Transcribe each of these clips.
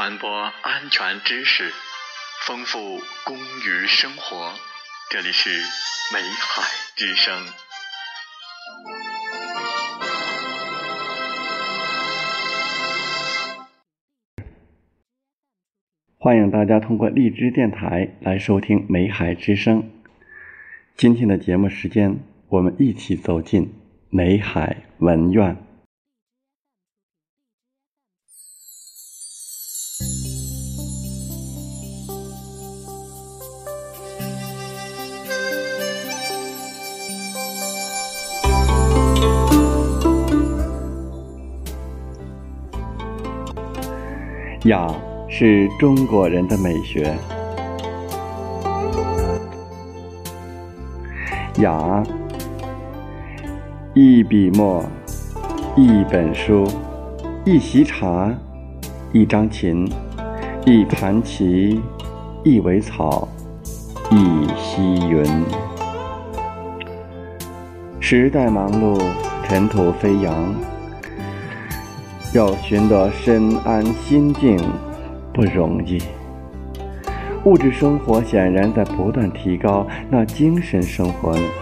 传播安全知识，丰富公寓生活。这里是美海之声。 欢迎大家通过荔枝电台来收听美海之声。今天的节目时间，我们一起走进美海文苑。雅是中国人的美学。雅，一笔墨，一本书，一席茶，一张琴，一盘棋，一尾草，一溪云。时代忙碌，尘土飞扬，要寻得深安心境不容易。物质生活显然在不断提高，那精神生活呢？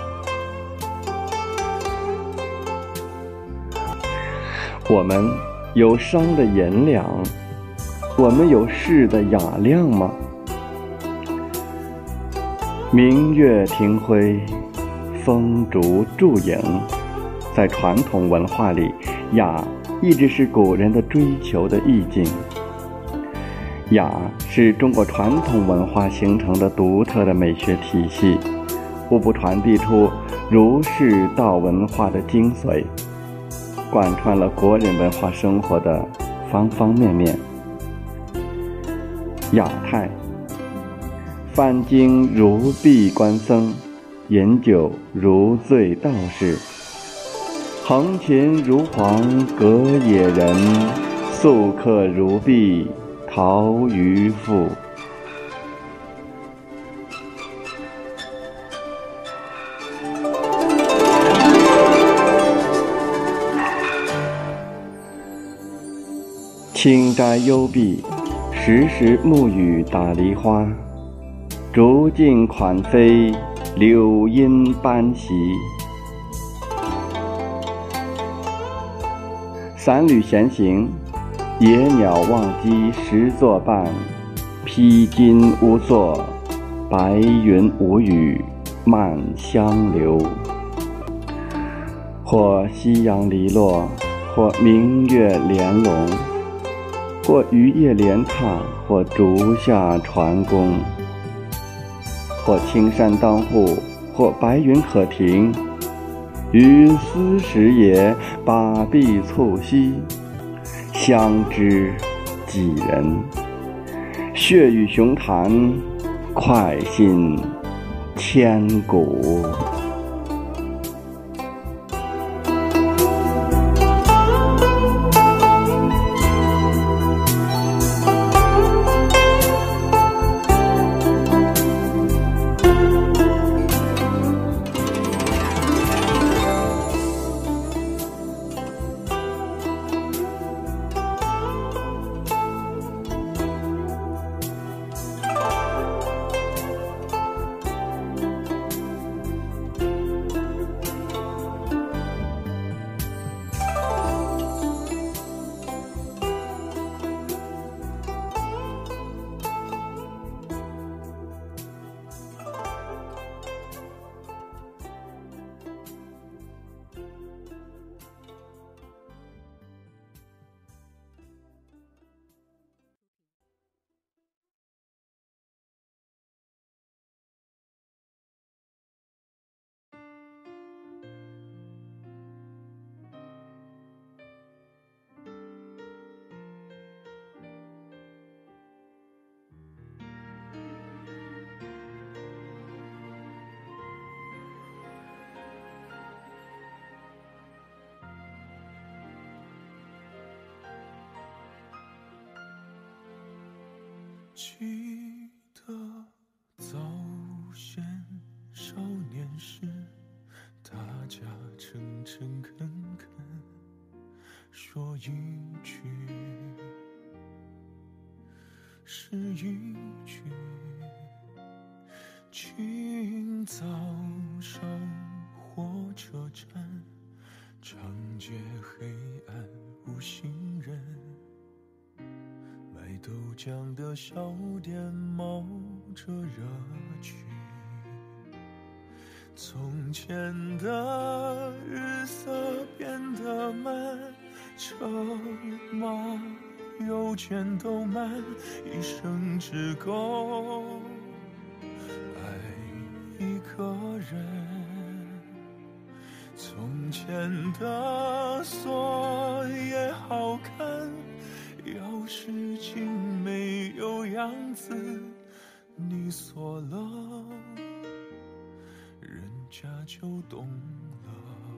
我们有商的银两，我们有士的雅量吗？明月庭辉，风烛驻影，在传统文化里，雅一直是古人的追求的意境。雅是中国传统文化形成的独特的美学体系，互不传递出儒释道文化的精髓，贯穿了国人文化生活的方方面面。雅态，泛经如闭关僧，饮酒如醉道士，横琴如簧隔野人，宿客如碧陶渔父。清斋幽闭，时时暮雨打梨花，竹径款飞，柳阴斑袭。散旅闲行，野鸟忘机时作伴，披金乌作，白云无语漫香流。或夕阳篱落，或明月连笼，或渔夜莲榻，或竹下船宫，或青山当户，或白云可停。于斯时也，把臂促膝，相知几人，血雨雄谈，快心千古。 记得早先少年时，大家诚诚恳恳说一句， 是一句清早上火车站，长街黑暗无行人，卖豆浆的小店冒着热气。从前的日色变得慢，车马邮件都慢，一生只够爱一个人。从前的锁也好看，钥匙竟没有样子，你锁了，人家就懂了。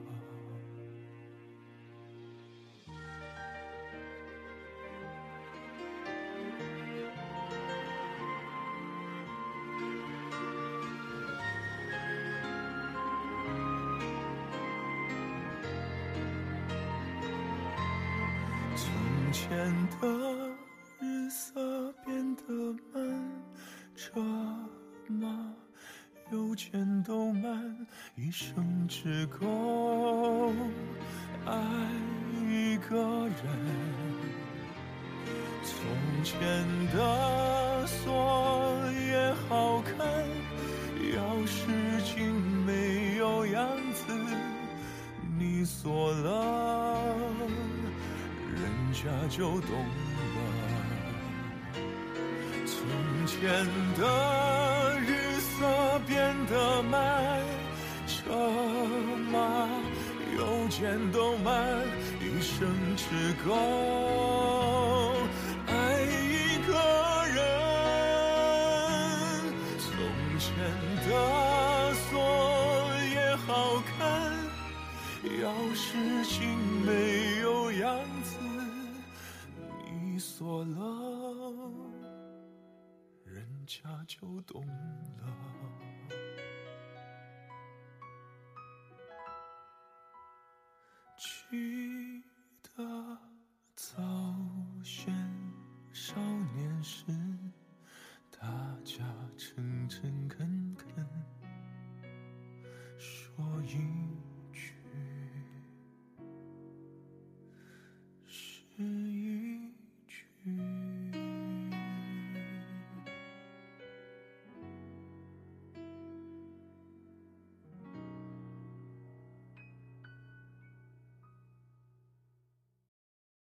从前的日色变得慢，车马邮件都慢，一生只够爱一个人。从前的锁也好看，钥匙竟没有样子，你锁了，人家就懂了。从前的日色变得慢，车马邮件都慢，一生只够爱一个人。从前的锁也好看，钥匙竟没有样子，你锁了，人家就懂了。去